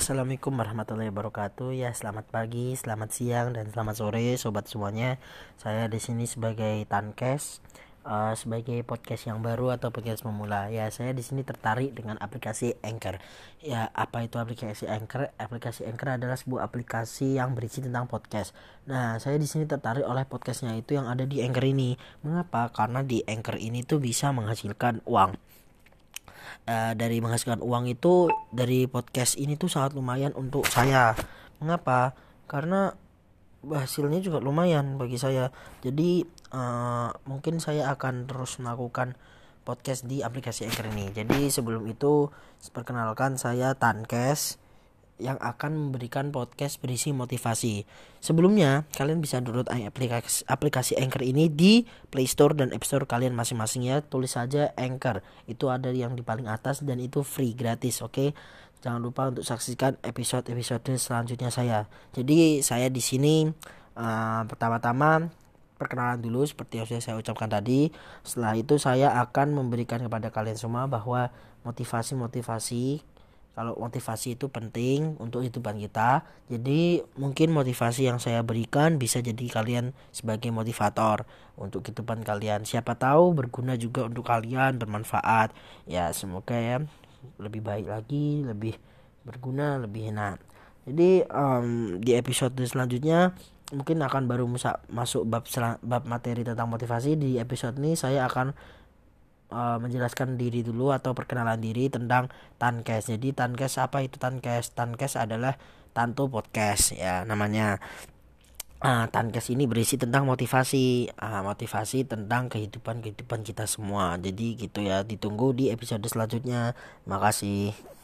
Assalamualaikum warahmatullahi wabarakatuh. Ya, selamat pagi, selamat siang, dan selamat sore, sobat semuanya. Saya di sini sebagai Tankes, sebagai podcast yang baru atau podcast pemula. Ya, saya di sini tertarik dengan aplikasi Anchor. Ya, apa itu aplikasi Anchor? Aplikasi Anchor adalah sebuah aplikasi yang berisi tentang podcast. Nah, saya di sini tertarik oleh podcastnya itu yang ada di Anchor ini. Mengapa? Karena di Anchor ini tuh bisa menghasilkan uang. Dari menghasilkan uang itu dari podcast ini tuh sangat lumayan untuk saya. Mengapa? Karena hasilnya juga lumayan bagi saya. Jadi mungkin saya akan terus melakukan podcast di aplikasi Anchor ini. Jadi sebelum itu perkenalkan, saya Tankes yang akan memberikan podcast berisi motivasi. Sebelumnya, kalian bisa download aplikasi Anchor ini di Play Store dan App Store kalian masing-masing ya. Tulis saja Anchor. Itu ada yang di paling atas dan itu free, gratis, oke? Jangan lupa untuk saksikan episode-episode selanjutnya saya. Jadi saya di sini pertama-tama perkenalan dulu seperti yang sudah saya ucapkan tadi. Setelah itu saya akan memberikan kepada kalian semua bahwa motivasi kalau motivasi itu penting untuk kehidupan kita. Jadi mungkin motivasi yang saya berikan bisa jadi kalian sebagai motivator untuk kehidupan kalian. Siapa tahu berguna juga untuk kalian, bermanfaat. Ya, semoga ya lebih baik lagi, lebih berguna, lebih enak. Jadi di episode selanjutnya mungkin akan baru masuk bab materi tentang motivasi. Di episode ini saya akan menjelaskan diri dulu atau perkenalan diri tentang Tankes. Jadi Tankes, apa itu Tankes? Tankes adalah Tanto Podcast ya namanya. Tankes ini berisi tentang motivasi, motivasi tentang kehidupan kita semua. Jadi gitu ya, ditunggu di episode selanjutnya. Makasih.